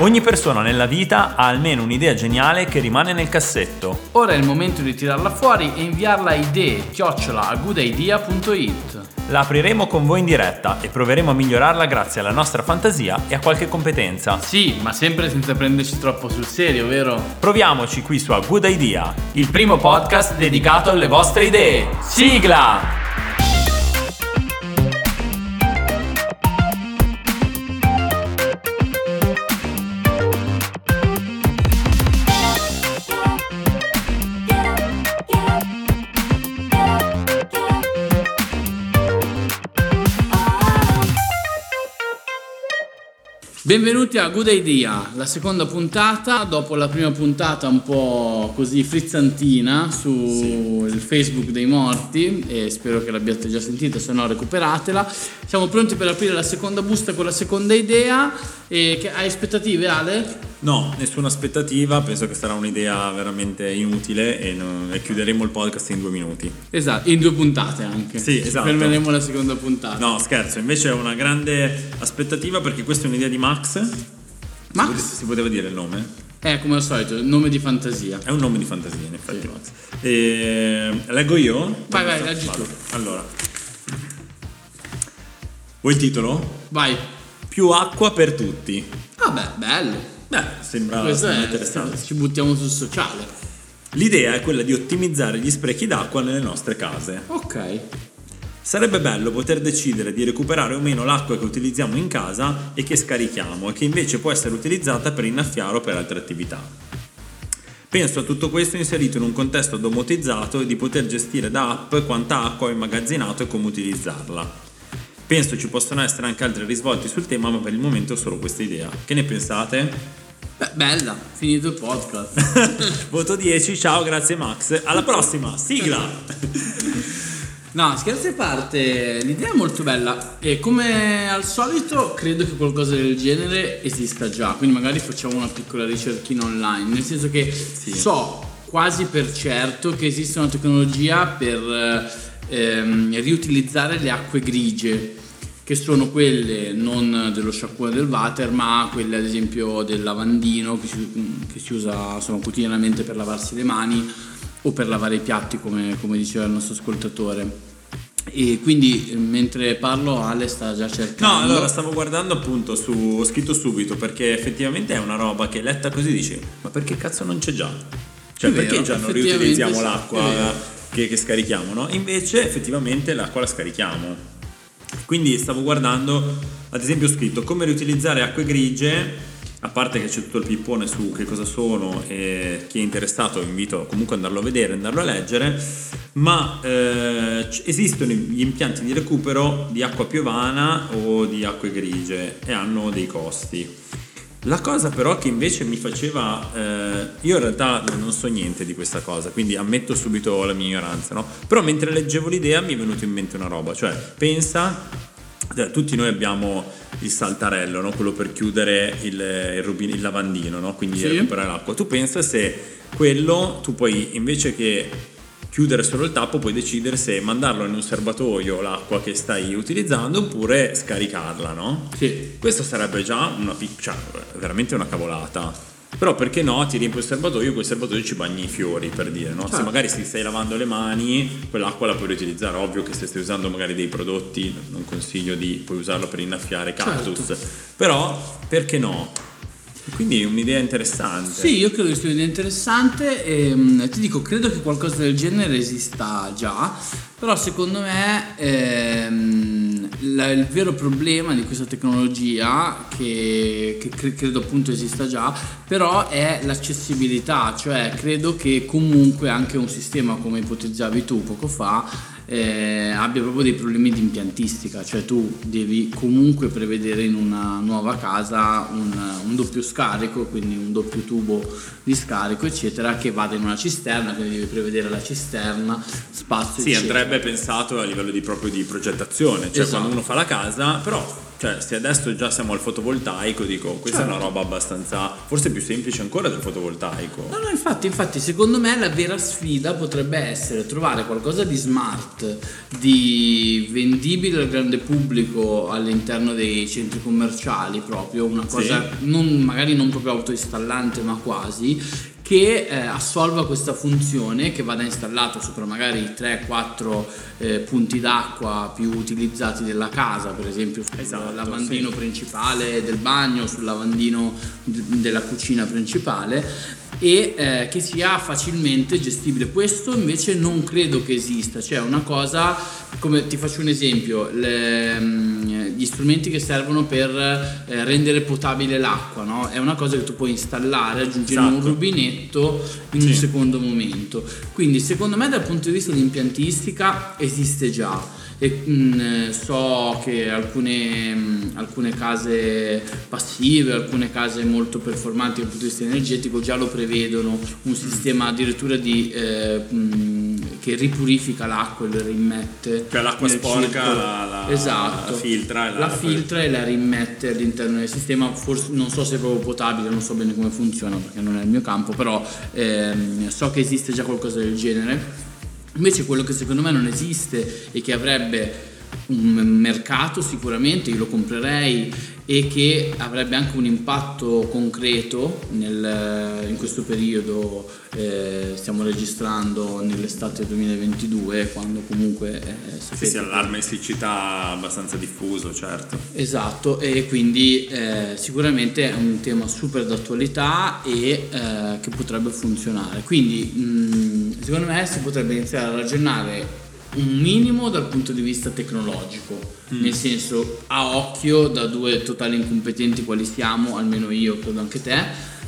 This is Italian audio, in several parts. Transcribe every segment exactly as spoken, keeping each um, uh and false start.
Ogni persona nella vita ha almeno un'idea geniale che rimane nel cassetto. Ora è il momento di tirarla fuori e inviarla a idee chiocciola a goodidea punto it. La apriremo con voi in diretta e proveremo a migliorarla grazie alla nostra fantasia e a qualche competenza. Sì, ma sempre senza prenderci troppo sul serio, vero? Proviamoci qui su A Good Idea, il primo podcast dedicato alle vostre idee. Sigla! Benvenuti a Good Idea, la seconda puntata dopo la prima puntata un po' così frizzantina su sì. il Facebook dei morti, e spero che l'abbiate già sentita, se no recuperatela. Siamo pronti per aprire la seconda busta con la seconda idea. E che, hai aspettative, Ale? No, nessuna aspettativa, penso che sarà un'idea veramente inutile e, non, e chiuderemo il podcast in due minuti. Esatto, in due puntate anche. Sì, esatto. Fermeremo la seconda puntata. No, scherzo, invece è una grande aspettativa perché questa è un'idea di Max. Max? Si poteva, si poteva dire il nome? Eh, come al solito, nome di fantasia. È un nome di fantasia, in effetti, sì. Max. E, leggo io? Vai, vai, leggi tu. Allora. Vuoi il titolo? Vai. Più acqua per tutti. Vabbè, bello. Beh, sembra, Questo sembra è, interessante. Ci buttiamo sul sociale. L'idea è quella di ottimizzare gli sprechi d'acqua nelle nostre case. Ok. Sarebbe bello poter decidere di recuperare o meno l'acqua che utilizziamo in casa e che scarichiamo e che invece può essere utilizzata per innaffiare o per altre attività. Penso a tutto questo inserito in un contesto domotizzato e di poter gestire da app quanta acqua ho immagazzinato e come utilizzarla. Penso ci possono essere anche altri risvolti sul tema, ma per il momento ho solo questa idea. Che ne pensate? Beh, bella, finito il podcast. Voto dieci, ciao, grazie Max. Alla prossima, sigla! No, scherzi a parte, l'idea è molto bella e come al solito credo che qualcosa del genere esista già, quindi magari facciamo una piccola ricerchina online, nel senso che sì. so quasi per certo che esiste una tecnologia per ehm, riutilizzare le acque grigie, che sono quelle non dello sciacquone del water, ma quelle ad esempio del lavandino che si, che si usa insomma, quotidianamente per lavarsi le mani o per lavare i piatti, come, come diceva il nostro ascoltatore. E quindi mentre parlo Ale sta già cercando. No, allora stavo guardando appunto su, ho scritto subito perché effettivamente è una roba che letta così dici ma perché cazzo non c'è già? Cioè è perché vero, già non riutilizziamo sì, l'acqua che, che scarichiamo, no? Invece effettivamente l'acqua la scarichiamo. Quindi stavo guardando, ad esempio ho scritto come riutilizzare acque grigie. A parte che c'è tutto il pippone su che cosa sono e chi è interessato invito comunque ad andarlo a vedere, andarlo a leggere, ma eh, esistono gli impianti di recupero di acqua piovana o di acque grigie e hanno dei costi. La cosa però che invece mi faceva, eh, io in realtà non so niente di questa cosa, quindi ammetto subito la mia ignoranza, no? Però mentre leggevo l'idea mi è venuto in mente una roba, cioè pensa... Tutti noi abbiamo il saltarello, no? Quello per chiudere il, il, rubino, il lavandino, no? Quindi sì. recuperare l'acqua. Tu pensa se quello tu puoi, invece che chiudere solo il tappo, puoi decidere se mandarlo in un serbatoio l'acqua che stai utilizzando oppure scaricarla, no? Sì. Questo sarebbe già una cioè, veramente una cavolata. Però perché no, ti riempi il serbatoio, quel serbatoio ci bagni i fiori, per dire, no? Certo. Se magari ti stai lavando le mani, quell'acqua la puoi riutilizzare. Ovvio che se stai usando magari dei prodotti, non consiglio di puoi usarlo per innaffiare cactus, certo. Però perché no? Quindi è un'idea interessante. Sì, io credo che sia un'idea interessante e mh, ti dico, credo che qualcosa del genere esista già, però secondo me ehm, la, il vero problema di questa tecnologia, che, che cre- credo appunto esista già, però è l'accessibilità, cioè credo che comunque anche un sistema come ipotizzavi tu poco fa Eh, abbia proprio dei problemi di impiantistica, cioè tu devi comunque prevedere in una nuova casa un, un doppio scarico, quindi un doppio tubo di scarico eccetera, che vada in una cisterna, quindi devi prevedere la cisterna, spazio sì, eccetera. Andrebbe pensato a livello di proprio di progettazione, cioè esatto. Quando uno fa la casa, però cioè se adesso già siamo al fotovoltaico, dico questa certo. è una roba abbastanza, forse più semplice ancora del fotovoltaico. No, no, infatti, infatti secondo me la vera sfida potrebbe essere trovare qualcosa di smart, di vendibile al grande pubblico all'interno dei centri commerciali, proprio una cosa sì. non, magari non proprio autoinstallante ma quasi, che eh, assolva questa funzione, che vada installato sopra magari i tre quattro eh, punti d'acqua più utilizzati della casa, per esempio sul esatto, lavandino sì. principale del bagno, sul lavandino d- della cucina principale, e eh, che sia facilmente gestibile. Questo invece non credo che esista, cioè una cosa, come ti faccio un esempio, le, gli strumenti che servono per eh, rendere potabile l'acqua, no? È una cosa che tu puoi installare, aggiungere esatto. un rubinetto in sì. un secondo momento. Quindi secondo me dal punto di vista di impiantistica esiste già. E mh, so che alcune, mh, alcune case passive, alcune case molto performanti dal punto di vista energetico già lo prevedono, un sistema addirittura di, eh, mh, che ripurifica l'acqua e la rimette, cioè l'acqua sporca la, la, esatto. la filtra e la, la filtra e la rimette all'interno del sistema. Forse non so se è proprio potabile, non so bene come funziona perché non è il mio campo, però ehm, so che esiste già qualcosa del genere. Invece quello che secondo me non esiste e che avrebbe un mercato sicuramente, io lo comprerei, e che avrebbe anche un impatto concreto nel, in questo periodo, eh, stiamo registrando nell'estate duemilaventidue, quando comunque eh, sapete, sì, sì, allarme e siccità abbastanza diffuso, certo. Esatto, e quindi eh, sicuramente è un tema super d'attualità e eh, che potrebbe funzionare. Quindi mh, secondo me si potrebbe iniziare a ragionare un minimo dal punto di vista tecnologico, mm. nel senso, a occhio, da due totali incompetenti quali siamo, almeno io, credo anche te,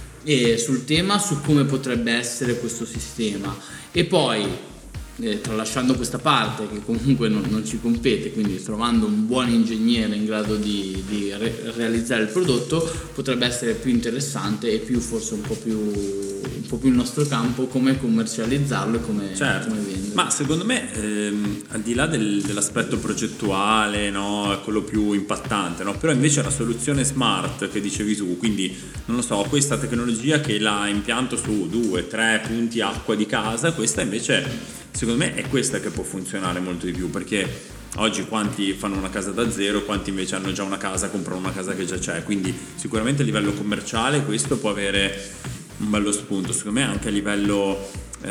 e sul tema, su come potrebbe essere questo sistema. E poi eh, tralasciando questa parte che comunque non, non ci compete, quindi trovando un buon ingegnere in grado di, di re- realizzare il prodotto, potrebbe essere più interessante e più, forse un po' più un po' più il nostro campo, come commercializzarlo e come, certo. come venderlo. Ma secondo me ehm, al di là del, dell'aspetto progettuale, no, quello più impattante, no, però invece la soluzione smart che dicevi tu, quindi non lo so, questa tecnologia che la impianto su due, tre punti acqua di casa, questa invece secondo me è questa che può funzionare molto di più, perché oggi quanti fanno una casa da zero, quanti invece hanno già una casa, comprano una casa che già c'è, quindi sicuramente a livello commerciale questo può avere un bello spunto. Secondo me anche a livello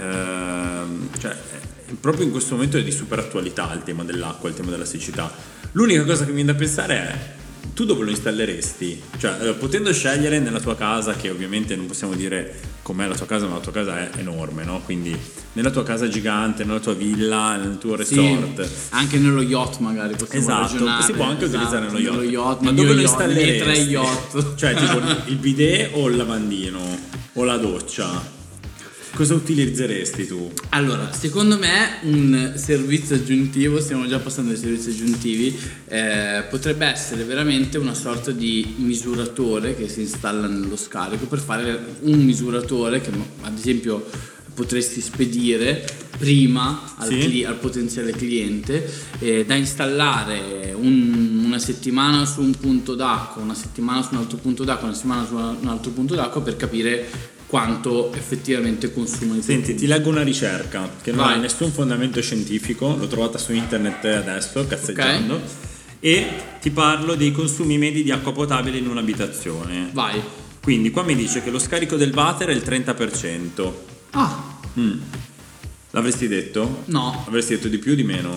ehm, cioè proprio in questo momento è di super attualità il tema dell'acqua, il tema della siccità. L'unica cosa che mi viene da pensare è: tu dove lo installeresti? Cioè, potendo scegliere nella tua casa, che ovviamente non possiamo dire com'è la tua casa, ma la tua casa è enorme, no? Quindi nella tua casa gigante, nella tua villa, nel tuo resort, sì, anche nello yacht magari possiamo esatto, ragionare. Si può anche esatto, utilizzare nello yacht. yacht Ma dove lo yacht, installeresti? Tre yacht. Cioè tipo il bidet o il lavandino o la doccia? Cosa utilizzeresti tu? Allora, secondo me un servizio aggiuntivo, stiamo già passando ai servizi aggiuntivi, eh, potrebbe essere veramente una sorta di misuratore che si installa nello scarico, per fare un misuratore che ad esempio potresti spedire prima al, sì. cli- al potenziale cliente, eh, da installare un, una settimana su un punto d'acqua, una settimana su un altro punto d'acqua, una settimana su un altro punto d'acqua, per capire quanto effettivamente consuma i Senti, ti leggo una ricerca che non Vai. ha nessun fondamento scientifico, l'ho trovata su internet adesso, cazzeggiando, okay. E ti parlo dei consumi medi di acqua potabile in un'abitazione. Vai. Quindi qua mi dice che lo scarico del water è il trenta per cento. Ah. Mm. L'avresti detto? No. Avresti detto di più o di meno?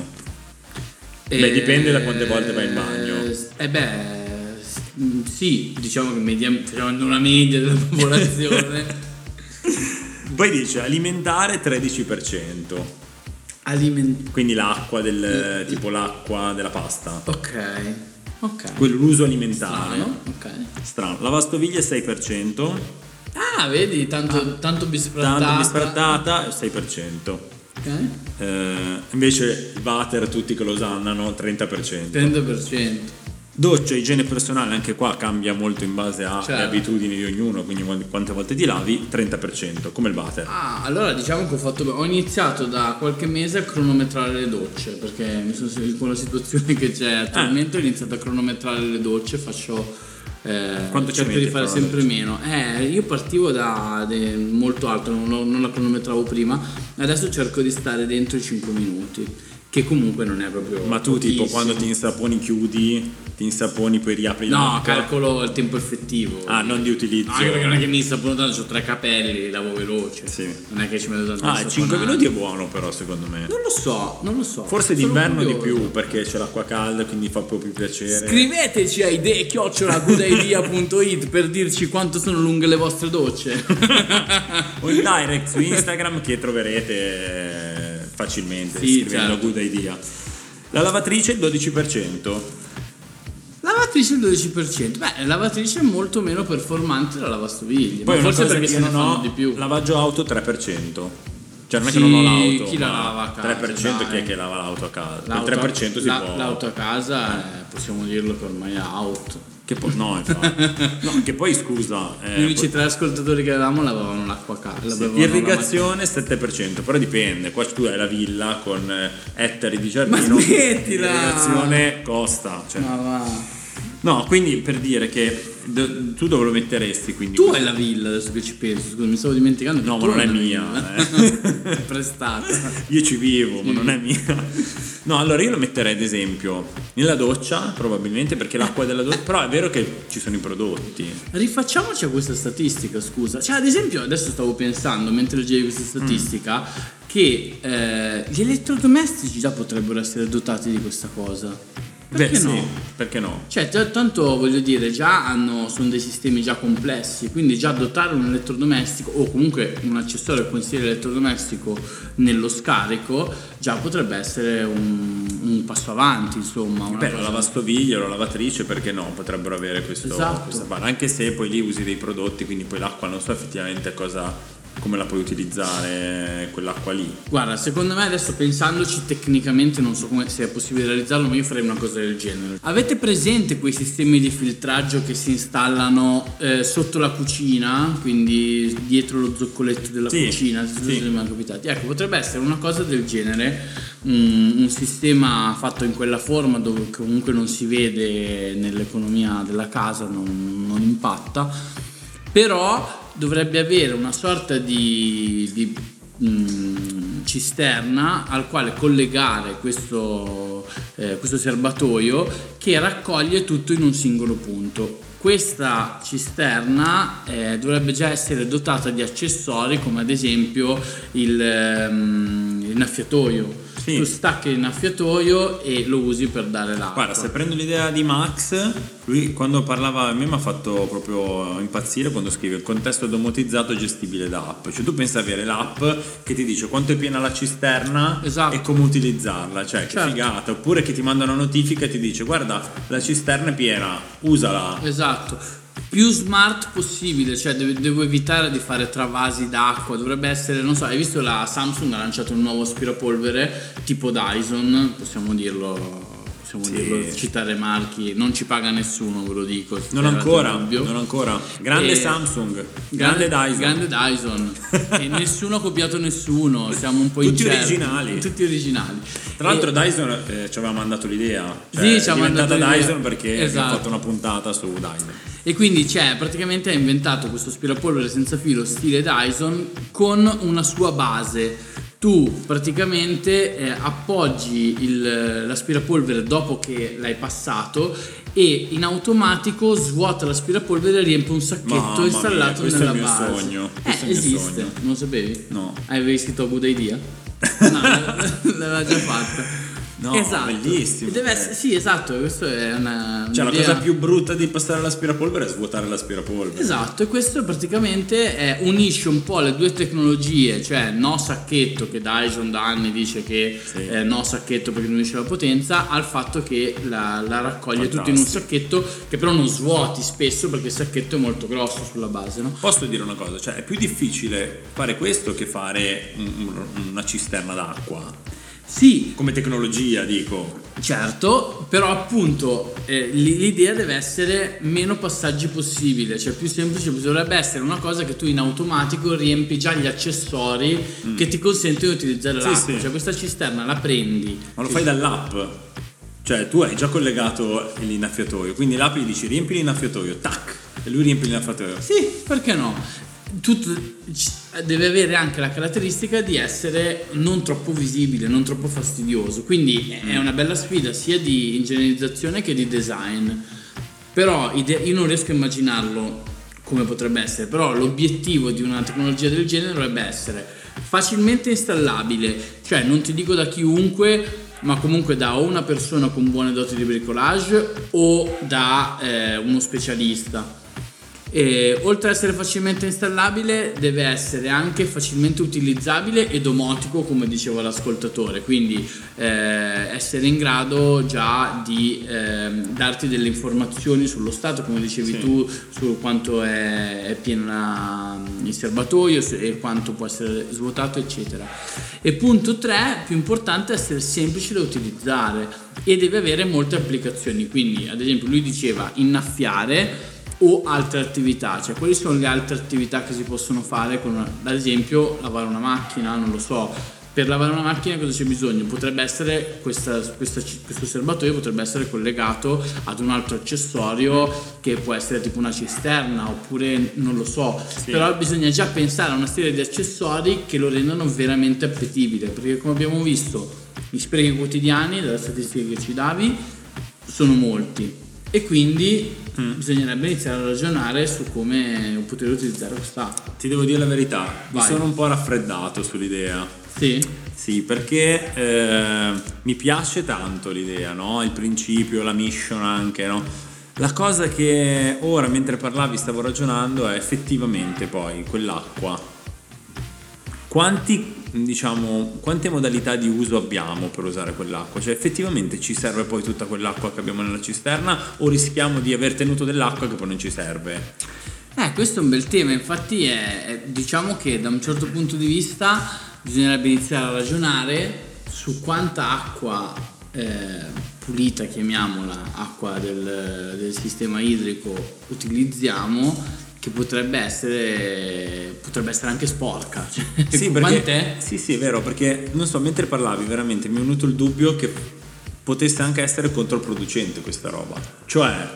Eh, beh, dipende da quante volte vai in bagno. Eh beh, sì, diciamo che media, facendo una media della popolazione. Poi dice alimentare tredici per cento. Aliment- Quindi l'acqua del uh, tipo l'acqua della pasta. Ok. Ok. Quello, l'uso alimentare. Strano. Ok. Strano. Lavastoviglie sei per cento. Ah, vedi, tanto, ah, tanto bisfrattata. Tanto bisfrattata, sei per cento. Ok. Eh, invece il water, tutti che lo usano, trenta per cento. trenta per cento. Doccia, igiene personale, anche qua cambia molto in base alle certo. abitudini di ognuno, quindi quante volte ti lavi, trenta per cento, come il water. Ah, allora diciamo che ho fatto ho iniziato da qualche mese a cronometrare le docce, perché mi sono sentito con la situazione che c'è attualmente, eh. ho iniziato a cronometrare le docce, faccio eh, quanto cerco ci metti di fare sempre meno. Eh, io partivo da de, molto alto, non, non la cronometravo prima, adesso cerco di stare dentro i cinque minuti, che comunque non è proprio. Ma tu pochissimo. Tipo quando ti insaponi chiudi, ti insaponi poi riapri no, l'acqua? calcolo il tempo effettivo. Ah, non di utilizzo. Anche perché non è che mi insapono tanto, ho tre capelli, lavo veloce. Sì. Non è che ci metto tanto. Ah, cinque minuti è buono però secondo me. Non lo so, non lo so. Forse d'inverno di più, perché c'è l'acqua calda, quindi fa un po' più piacere. Scriveteci a idee chiocciola goodidea punto it per dirci quanto sono lunghe le vostre docce. O in direct su Instagram che troverete facilmente, sì, scrivendo certo. Good Idea. La lavatrice il dodici per cento. Lavatrice il dodici per cento. Beh, la lavatrice è molto meno performante della lavastoviglie. Poi ma forse perché se ne non fanno ho di più. Lavaggio auto tre per cento. Cioè non è Sì, che non ho l'auto. chi la lava a casa, tre per cento dai. chi è che lava l'auto a casa? L'auto, Il tre per cento si la, può. L'auto a casa, eh, possiamo dirlo che ormai è out. Che poi no, infatti. No, che poi scusa. Eh, Gli unici tre ascoltatori che avevamo lavavano l'acqua a casa. Sì, irrigazione sette per cento, però dipende. Qua tu hai la villa con ettari di giardino. Ma smettila! L'irrigazione costa. Cioè. Ma va. No, quindi per dire che do, tu dove lo metteresti? Quindi tu hai la villa, adesso che ci penso, scusa, mi stavo dimenticando. No, ma non è mia. Eh. È prestata. Io ci vivo, sì. ma non è mia. No, allora io lo metterei ad esempio nella doccia, probabilmente, perché l'acqua della doccia. Però è vero che ci sono i prodotti. Rifacciamoci a questa statistica, scusa. Cioè, ad esempio, adesso stavo pensando, mentre leggevi questa statistica, mm. che eh, gli elettrodomestici già potrebbero essere dotati di questa cosa. Perché Beh, no? Sì, perché no? Cioè, t- tanto voglio dire, già hanno, sono dei sistemi già complessi, quindi già dotare un elettrodomestico o comunque un accessorio che consideri elettrodomestico nello scarico già potrebbe essere un, un passo avanti, insomma. Una Beh, cosa... la lavastoviglie o la lavatrice, perché no? Potrebbero avere questo, esatto. questa barra, anche se poi lì usi dei prodotti, quindi poi l'acqua non so effettivamente cosa. Come la puoi utilizzare quell'acqua lì? Guarda, secondo me adesso pensandoci tecnicamente non so come, se è possibile realizzarlo, ma io farei una cosa del genere. Avete presente quei sistemi di filtraggio che si installano eh, sotto la cucina, quindi dietro lo zoccoletto della sì, cucina? Sì. Se mi è capitati. Ecco, potrebbe essere una cosa del genere, un, un sistema fatto in quella forma dove comunque non si vede nell'economia della casa, non, non impatta, però dovrebbe avere una sorta di, di mh, cisterna al quale collegare questo, eh, questo serbatoio che raccoglie tutto in un singolo punto. Questa cisterna eh, dovrebbe già essere dotata di accessori come ad esempio il, um, innaffiatoio. Sì. Tu stacchi l'innaffiatoio e lo usi per dare l'acqua. Guarda, se prendo l'idea di Max, lui quando parlava a me mi ha fatto proprio impazzire quando scrive il contesto domotizzato gestibile da app. Cioè tu pensi avere l'app che ti dice quanto è piena la cisterna, esatto, e come utilizzarla, cioè che certo. figata. Oppure che ti manda una notifica e ti dice guarda la cisterna è piena, usala. Esatto. Più smart possibile, cioè devo, devo evitare di fare travasi d'acqua, dovrebbe essere, non so, hai visto la Samsung ha lanciato un nuovo aspirapolvere tipo Dyson, possiamo dirlo, possiamo sì. dirlo, citare marchi, non ci paga nessuno, ve lo dico. Non ancora, non ancora. Grande e Samsung, grande, grande Dyson. Grande Dyson. E nessuno ha copiato nessuno, siamo un po' tutti incerti. originali. Tutti originali. Tra l'altro e... Dyson eh, ci aveva mandato l'idea, cioè sì, è ci ha diventata mandato Dyson perché esatto. abbiamo fatto una puntata su Dyson. E quindi c'è, praticamente ha inventato questo aspirapolvere senza filo stile Dyson con una sua base. Tu praticamente eh, appoggi il, l'aspirapolvere dopo che l'hai passato e in automatico svuota l'aspirapolvere e riempie un sacchetto Mamma installato mia, nella è il mio base. Sogno. Eh, è il esiste, mio sogno. Non lo sapevi? No. Avevi scritto a Good Idea? No, l'aveva già fatta. No, esatto. Bellissimo. Deve essere, sì, esatto, questo è una, cioè un'idea. La cosa più brutta di passare l'aspirapolvere è svuotare l'aspirapolvere. Esatto, e questo praticamente è, unisce un po' le due tecnologie, cioè no sacchetto, che Dyson da anni dice che sì. eh, no sacchetto perché non unisce la potenza, al fatto che la, la raccoglie tutto in un sacchetto che però non svuoti spesso perché il sacchetto è molto grosso sulla base, no? Posso dire una cosa, cioè è più difficile fare questo che fare un, una cisterna d'acqua. Sì, come tecnologia dico. Certo, però appunto eh, l'idea deve essere meno passaggi possibile, cioè più semplice, dovrebbe essere una cosa che tu in automatico riempi già gli accessori mm. che ti consentono di utilizzare sì, l'acqua, sì. Cioè questa cisterna la prendi. Ma lo fai dall'app, cioè tu hai già collegato l'innaffiatoio, quindi l'app gli dici riempi l'innaffiatoio, tac, e lui riempie l'innaffiatoio. Sì, perché no? Tutto deve avere anche la caratteristica di essere non troppo visibile, non troppo fastidioso, quindi è una bella sfida sia di ingegnerizzazione che di design. Però io non riesco a immaginarlo come potrebbe essere, però l'obiettivo di una tecnologia del genere dovrebbe essere facilmente installabile, cioè non ti dico da chiunque, ma comunque da o una persona con buone doti di bricolage o da eh, uno specialista. E oltre ad essere facilmente installabile deve essere anche facilmente utilizzabile e domotico, come diceva l'ascoltatore, quindi eh, essere in grado già di eh, darti delle informazioni sullo stato, come dicevi sì. tu, su quanto è, è piena il serbatoio e quanto può essere svuotato eccetera. E punto tre, più importante, è essere semplice da utilizzare e deve avere molte applicazioni, quindi ad esempio lui diceva innaffiare o altre attività, cioè quali sono le altre attività che si possono fare con una, ad esempio lavare una macchina, non lo so, per lavare una macchina cosa c'è bisogno? Potrebbe essere questa, questa, questo serbatoio potrebbe essere collegato ad un altro accessorio che può essere tipo una cisterna oppure non lo so, sì. Però bisogna già pensare a una serie di accessori che lo rendano veramente appetibile, perché come abbiamo visto gli sprechi quotidiani dalle statistiche che ci davi sono molti e quindi mm. bisognerebbe iniziare a ragionare su come poter utilizzare quest'acqua. Ti devo dire la verità, Vai. mi sono un po' raffreddato sull'idea. Sì? Sì, perché eh, mi piace tanto l'idea, no? Il principio, la mission anche, no? La cosa che ora mentre parlavi stavo ragionando è effettivamente poi quell'acqua. Quanti diciamo quante modalità di uso abbiamo per usare quell'acqua, cioè effettivamente ci serve poi tutta quell'acqua che abbiamo nella cisterna o rischiamo di aver tenuto dell'acqua che poi non ci serve? Eh, questo è un bel tema, infatti è, è, diciamo che da un certo punto di vista bisognerebbe iniziare a ragionare su quanta acqua eh, pulita, chiamiamola, acqua del, del sistema idrico utilizziamo, che potrebbe essere potrebbe essere anche sporca, cioè, sì, perché, sì sì è vero, perché non so, mentre parlavi veramente mi è venuto il dubbio che potesse anche essere controproducente questa roba, cioè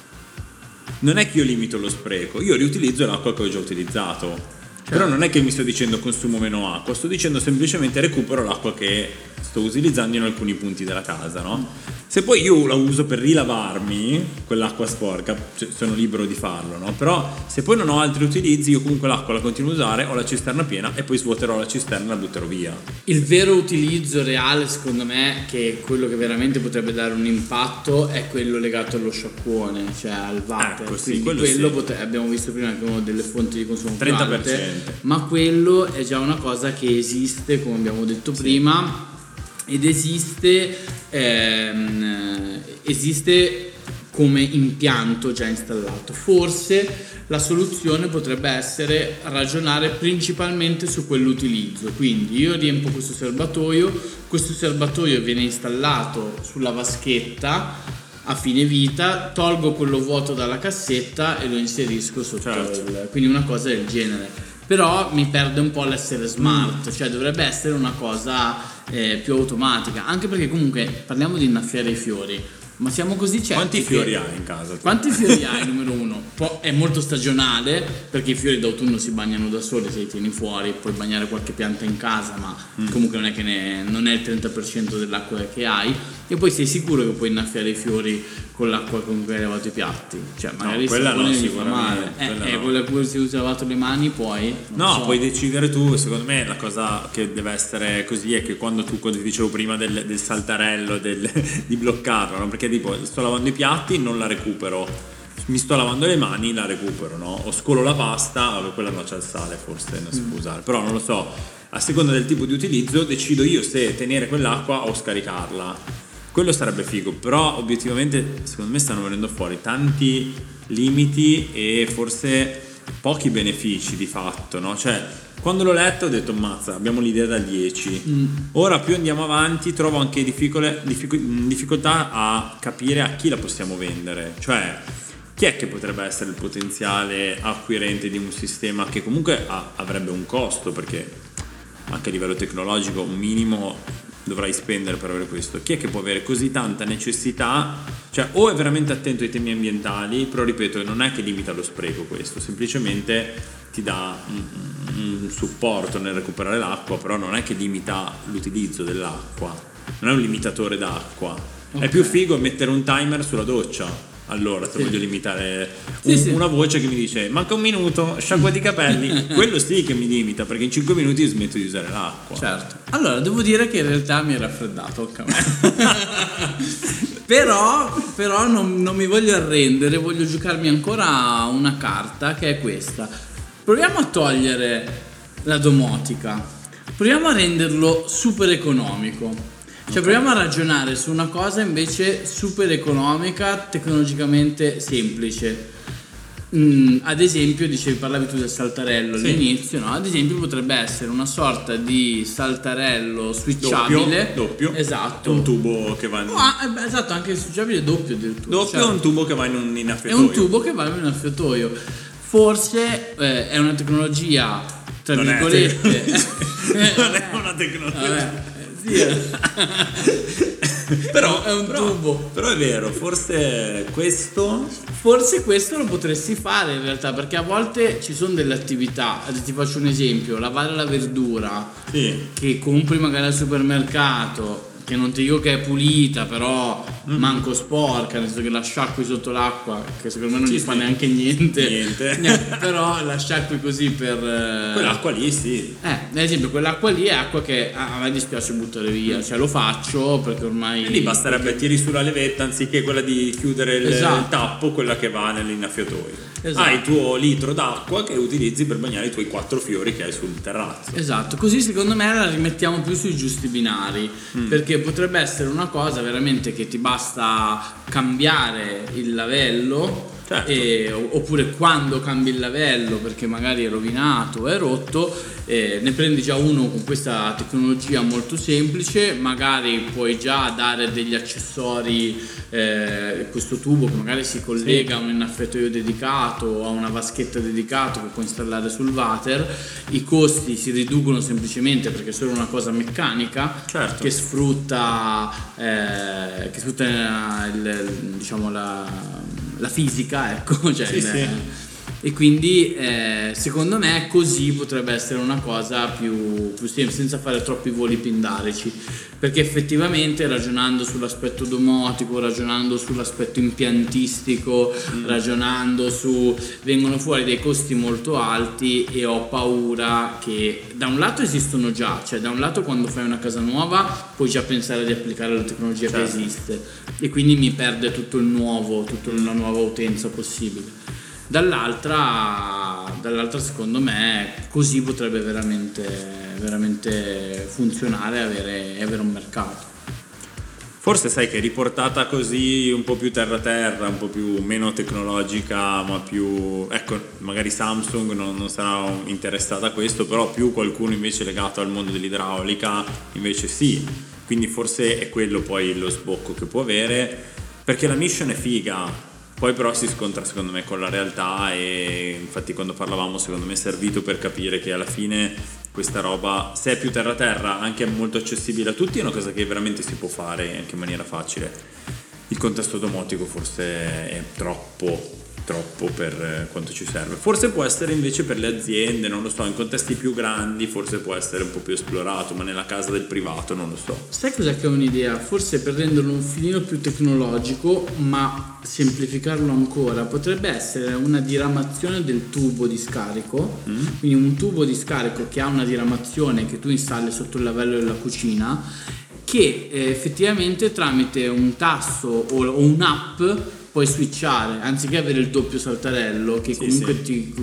non è che io limito lo spreco, io riutilizzo l'acqua che ho già utilizzato, certo. Però non è che mi sto dicendo consumo meno acqua, sto dicendo semplicemente recupero l'acqua che sto utilizzando in alcuni punti della casa, no? Se poi io la uso per rilavarmi quell'acqua sporca, cioè sono libero di farlo, no? Però se poi non ho altri utilizzi, io comunque l'acqua la continuo a usare, ho la cisterna piena e poi svuoterò la cisterna e la butterò via. Il vero utilizzo reale, secondo me, che è quello che veramente potrebbe dare un impatto, è quello legato allo sciacquone, cioè al water. Ecco, sì, quindi quello, quello sì. potre- abbiamo visto prima che è una delle fonti di consumo più trenta per cento. alte, ma quello è già una cosa che esiste, come abbiamo detto sì. prima, ed esiste ehm, esiste come impianto già installato. Forse la soluzione potrebbe essere ragionare principalmente su quell'utilizzo, quindi io riempo questo serbatoio, questo serbatoio viene installato sulla vaschetta a fine vita, tolgo quello vuoto dalla cassetta e lo inserisco sotto, certo. il, quindi una cosa del genere. Però mi perde un po' l'essere smart, cioè dovrebbe essere una cosa eh, più automatica, anche perché comunque parliamo di innaffiare i fiori, ma siamo così certi. Quanti che... fiori hai in casa? Tu? Quanti fiori hai, numero uno? Po- è molto stagionale, perché i fiori d'autunno si bagnano da soli, se li tieni fuori, puoi bagnare qualche pianta in casa, ma mm. comunque non è che ne, non è il trenta per cento dell'acqua che hai, e poi sei sicuro che puoi innaffiare i fiori con l'acqua con cui hai lavato i piatti, cioè magari no, quella no, gli fa male, eh, quella, eh, no. quella con cui si usa lavato le mani poi no, so. Puoi decidere tu. Secondo me la cosa che deve essere così è che quando tu, quando ti dicevo prima del, del saltarello del, di bloccarlo, no? Perché tipo sto lavando i piatti, non la recupero, mi sto lavando le mani, la recupero, no? O scolo la pasta, vabbè, quella no, c'è il sale, forse non si può usare, però non lo so, a seconda del tipo di utilizzo decido io se tenere quell'acqua o scaricarla. Quello sarebbe figo, però obiettivamente secondo me stanno venendo fuori tanti limiti e forse pochi benefici di fatto, no? Cioè Quando l'ho letto ho detto mazza, abbiamo l'idea da dieci. Mm. Ora più andiamo avanti trovo anche difficol- diffic- difficoltà a capire a chi la possiamo vendere, cioè chi è che potrebbe essere il potenziale acquirente di un sistema che comunque ha, avrebbe un costo, perché anche a livello tecnologico un minimo dovrai spendere per avere questo. Chi è che può avere così tanta necessità? Cioè o è veramente attento ai temi ambientali, però ripeto non è che limita lo spreco questo, semplicemente ti dà un, un supporto nel recuperare l'acqua, però non è che limita l'utilizzo dell'acqua, non è un limitatore d'acqua. Okay. È più figo mettere un timer sulla doccia. Allora, se sì. voglio limitare un, sì, sì. una voce che mi dice manca un minuto, sciacquati i capelli, quello sì che mi limita, perché in cinque minuti smetto di usare l'acqua. Certo. Allora, devo dire che in realtà mi è raffreddato, tocca a me. però però non, non mi voglio arrendere, voglio giocarmi ancora una carta che è questa. Proviamo a togliere la domotica, proviamo a renderlo super economico. Cioè okay. proviamo a ragionare su una cosa invece super economica, tecnologicamente semplice. Mm, ad esempio, dicevi, parlavi tu del saltarello sì. all'inizio, no? Ad esempio potrebbe essere una sorta di saltarello switchabile. Doppio, doppio. Esatto. Un tubo che va in... No, ah, esatto, anche il switchabile doppio addirittura. Doppio certo. È un tubo che va in un innaffiatoio. È un tubo che va in un innaffiatoio. Forse eh, è una tecnologia, tra non virgolette... È non è una tecnologia... Vabbè. però è un però, tubo. Però è vero, forse questo forse questo lo potresti fare in realtà, perché a volte ci sono delle attività, ti faccio un esempio, lavare la verdura sì. che compri magari al supermercato, che non ti dico che è pulita, però mm-hmm. manco sporca, nel senso che la sciacqui sotto l'acqua, che secondo me non sì, gli sì. fa neanche niente, niente. niente però la sciacqui così per quell'acqua lì sì eh ad esempio quell'acqua lì è acqua che a me dispiace buttare via, cioè lo faccio perché ormai e lì basterebbe perché... tiri sulla levetta anziché quella di chiudere il, esatto. il tappo, quella che va nell'innaffiatoio. Esatto. Hai il tuo litro d'acqua che utilizzi per bagnare i tuoi quattro fiori che hai sul terrazzo. Esatto, così secondo me la rimettiamo più sui giusti binari, mm. perché potrebbe essere una cosa veramente che ti basta cambiare il lavello. Certo. E, oppure quando cambi il lavello perché magari è rovinato o è rotto, eh, ne prendi già uno con questa tecnologia molto semplice, magari puoi già dare degli accessori, eh, questo tubo che magari si collega sì. a un innaffiatoio dedicato o a una vaschetta dedicato che puoi installare sul water. I costi si riducono semplicemente perché è solo una cosa meccanica certo. che sfrutta eh, che sfrutta il, diciamo la la fisica, ecco, cioè sì, sì. e quindi eh, secondo me così potrebbe essere una cosa più, più semplice, senza fare troppi voli pindarici, perché effettivamente ragionando sull'aspetto domotico, ragionando sull'aspetto impiantistico, mm. ragionando su vengono fuori dei costi molto alti e ho paura che da un lato esistono già, cioè da un lato quando fai una casa nuova puoi già pensare di applicare la tecnologia certo. che esiste e quindi mi perde tutto il nuovo, tutta la nuova utenza possibile. Dall'altra, dall'altra secondo me così potrebbe veramente, veramente funzionare e avere, avere un mercato. Forse sai che riportata così un po' più terra terra, un po' più meno tecnologica, ma più, ecco, magari Samsung non, non sarà interessata a questo, però più qualcuno invece legato al mondo dell'idraulica invece sì, quindi forse è quello poi lo sbocco che può avere, perché la mission è figa. Poi però si scontra secondo me con la realtà e infatti quando parlavamo secondo me è servito per capire che alla fine questa roba, se è più terra terra, anche molto accessibile a tutti, è una cosa che veramente si può fare anche in maniera facile. Il contesto domotico forse è troppo troppo per quanto ci serve. Forse può essere invece per le aziende, non lo so, in contesti più grandi forse può essere un po' più esplorato, ma nella casa del privato non lo so. Sai cos'è che ho un'idea? Forse per renderlo un filino più tecnologico, ma semplificarlo ancora, potrebbe essere una diramazione del tubo di scarico, mm. quindi un tubo di scarico che ha una diramazione che tu installi sotto il lavello della cucina, che eh, effettivamente tramite un tasto o, o un'app puoi switchare, anziché avere il doppio saltarello che sì, comunque sì. ti um,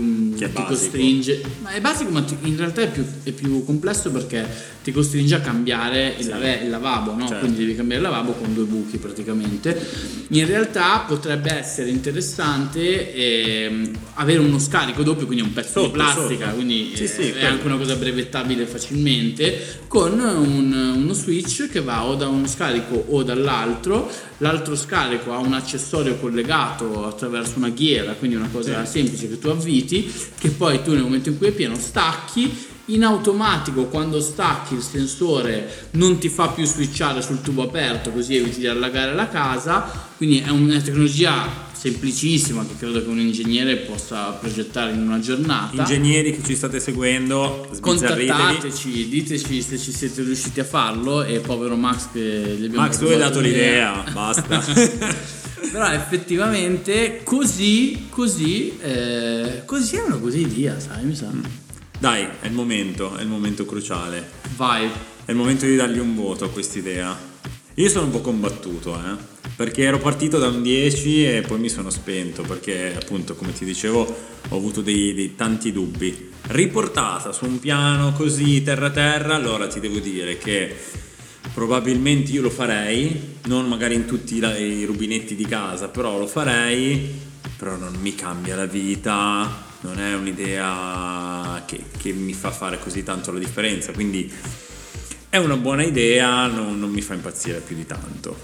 ti costringe, ma è basico, ma ti, in realtà è più, è più complesso perché ti costringe a cambiare il, sì. lave, il lavabo, no? Certo. Quindi devi cambiare il lavabo con due buchi praticamente. In realtà potrebbe essere interessante eh, avere uno scarico doppio, quindi un pezzo sotto, di plastica, sotto. Quindi sì, eh, sì, è quello. Anche una cosa brevettabile facilmente, con un, uno switch che va o da uno scarico o dall'altro. L'altro scarico ha un accessorio collegato attraverso una ghiera, quindi una cosa sì. semplice che tu avviti, che poi tu nel momento in cui è pieno stacchi. In automatico, quando stacchi, il sensore non ti fa più switchare sul tubo aperto, così eviti di allagare la casa. Quindi è una tecnologia semplicissima che credo che un ingegnere possa progettare in una giornata. Ingegneri che ci state seguendo, contattateci, diteci se ci siete riusciti a farlo. E povero Max che gli abbiamo Max, tu hai dato l'idea, basta. Però effettivamente così così eh, così è una cosa idea, sai, mi sa. Mm. Dai, è il momento, è il momento cruciale. Vai. È il momento di dargli un voto a quest'idea. Io sono un po' combattuto, eh, perché ero partito da un dieci e poi mi sono spento, perché appunto, come ti dicevo, ho avuto dei, dei tanti dubbi. Riportata su un piano così terra terra, allora ti devo dire che probabilmente io lo farei, non magari in tutti i rubinetti di casa, però lo farei, però non mi cambia la vita. Non è un'idea che, che mi fa fare così tanto la differenza, quindi è una buona idea, non, non mi fa impazzire più di tanto.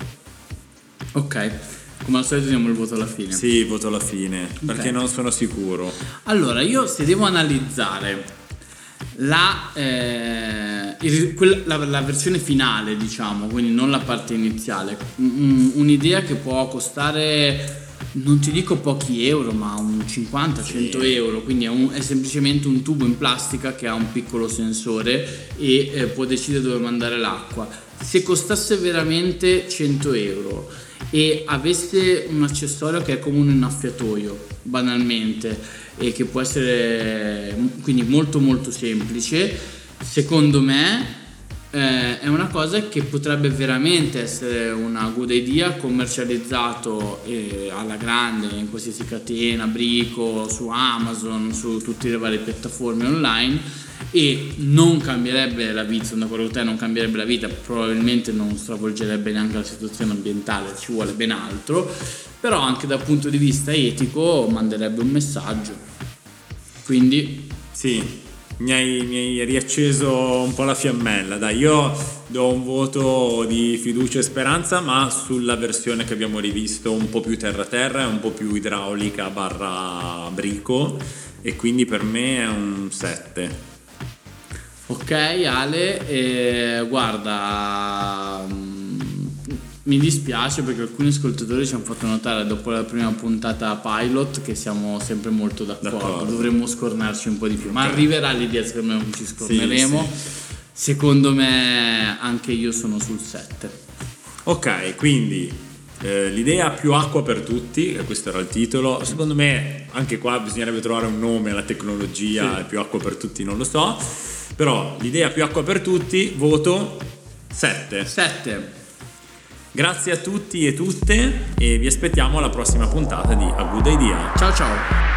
Ok, come al solito diamo il voto alla fine. Sì, voto alla fine, okay. Perché non sono sicuro. Allora, io se devo analizzare la, eh, il, quella, la, la versione finale, diciamo, quindi non la parte iniziale, un, un'idea che può costare... non ti dico pochi euro, ma un cinquanta cento sì. euro, quindi è, un, è semplicemente un tubo in plastica che ha un piccolo sensore e eh, può decidere dove mandare l'acqua. Se costasse veramente cento euro e avesse un accessorio che è come un innaffiatoio, banalmente, e che può essere quindi molto molto semplice, secondo me Eh, è una cosa che potrebbe veramente essere una good idea, commercializzato eh, alla grande in qualsiasi catena, Brico, su Amazon, su tutte le varie piattaforme online, e non cambierebbe la vita, secondo quello che te non cambierebbe la vita, probabilmente non stravolgerebbe neanche la situazione ambientale, ci vuole ben altro, però anche dal punto di vista etico manderebbe un messaggio. Quindi sì, Mi hai, mi hai riacceso un po' la fiammella. Dai, io do un voto di fiducia e speranza, ma sulla versione che abbiamo rivisto, un po' più terra terra, un po' più idraulica barra Brico, e quindi per me è un sette. Ok Ale, eh, guarda, mi dispiace perché alcuni ascoltatori ci hanno fatto notare dopo la prima puntata pilot che siamo sempre molto d'accordo, d'accordo. Dovremmo scornarci un po' di più, ma okay. Arriverà l'idea, secondo me non ci scorneremo. Sì, sì. Secondo me anche io sono sul sette. Ok, quindi eh, l'idea più acqua per tutti, questo era il titolo. Secondo me anche qua bisognerebbe trovare un nome alla tecnologia, sì. Più acqua per tutti non lo so, però l'idea più acqua per tutti, voto sette. sette. Grazie a tutti e tutte e vi aspettiamo alla prossima puntata di A Good Idea. Ciao ciao.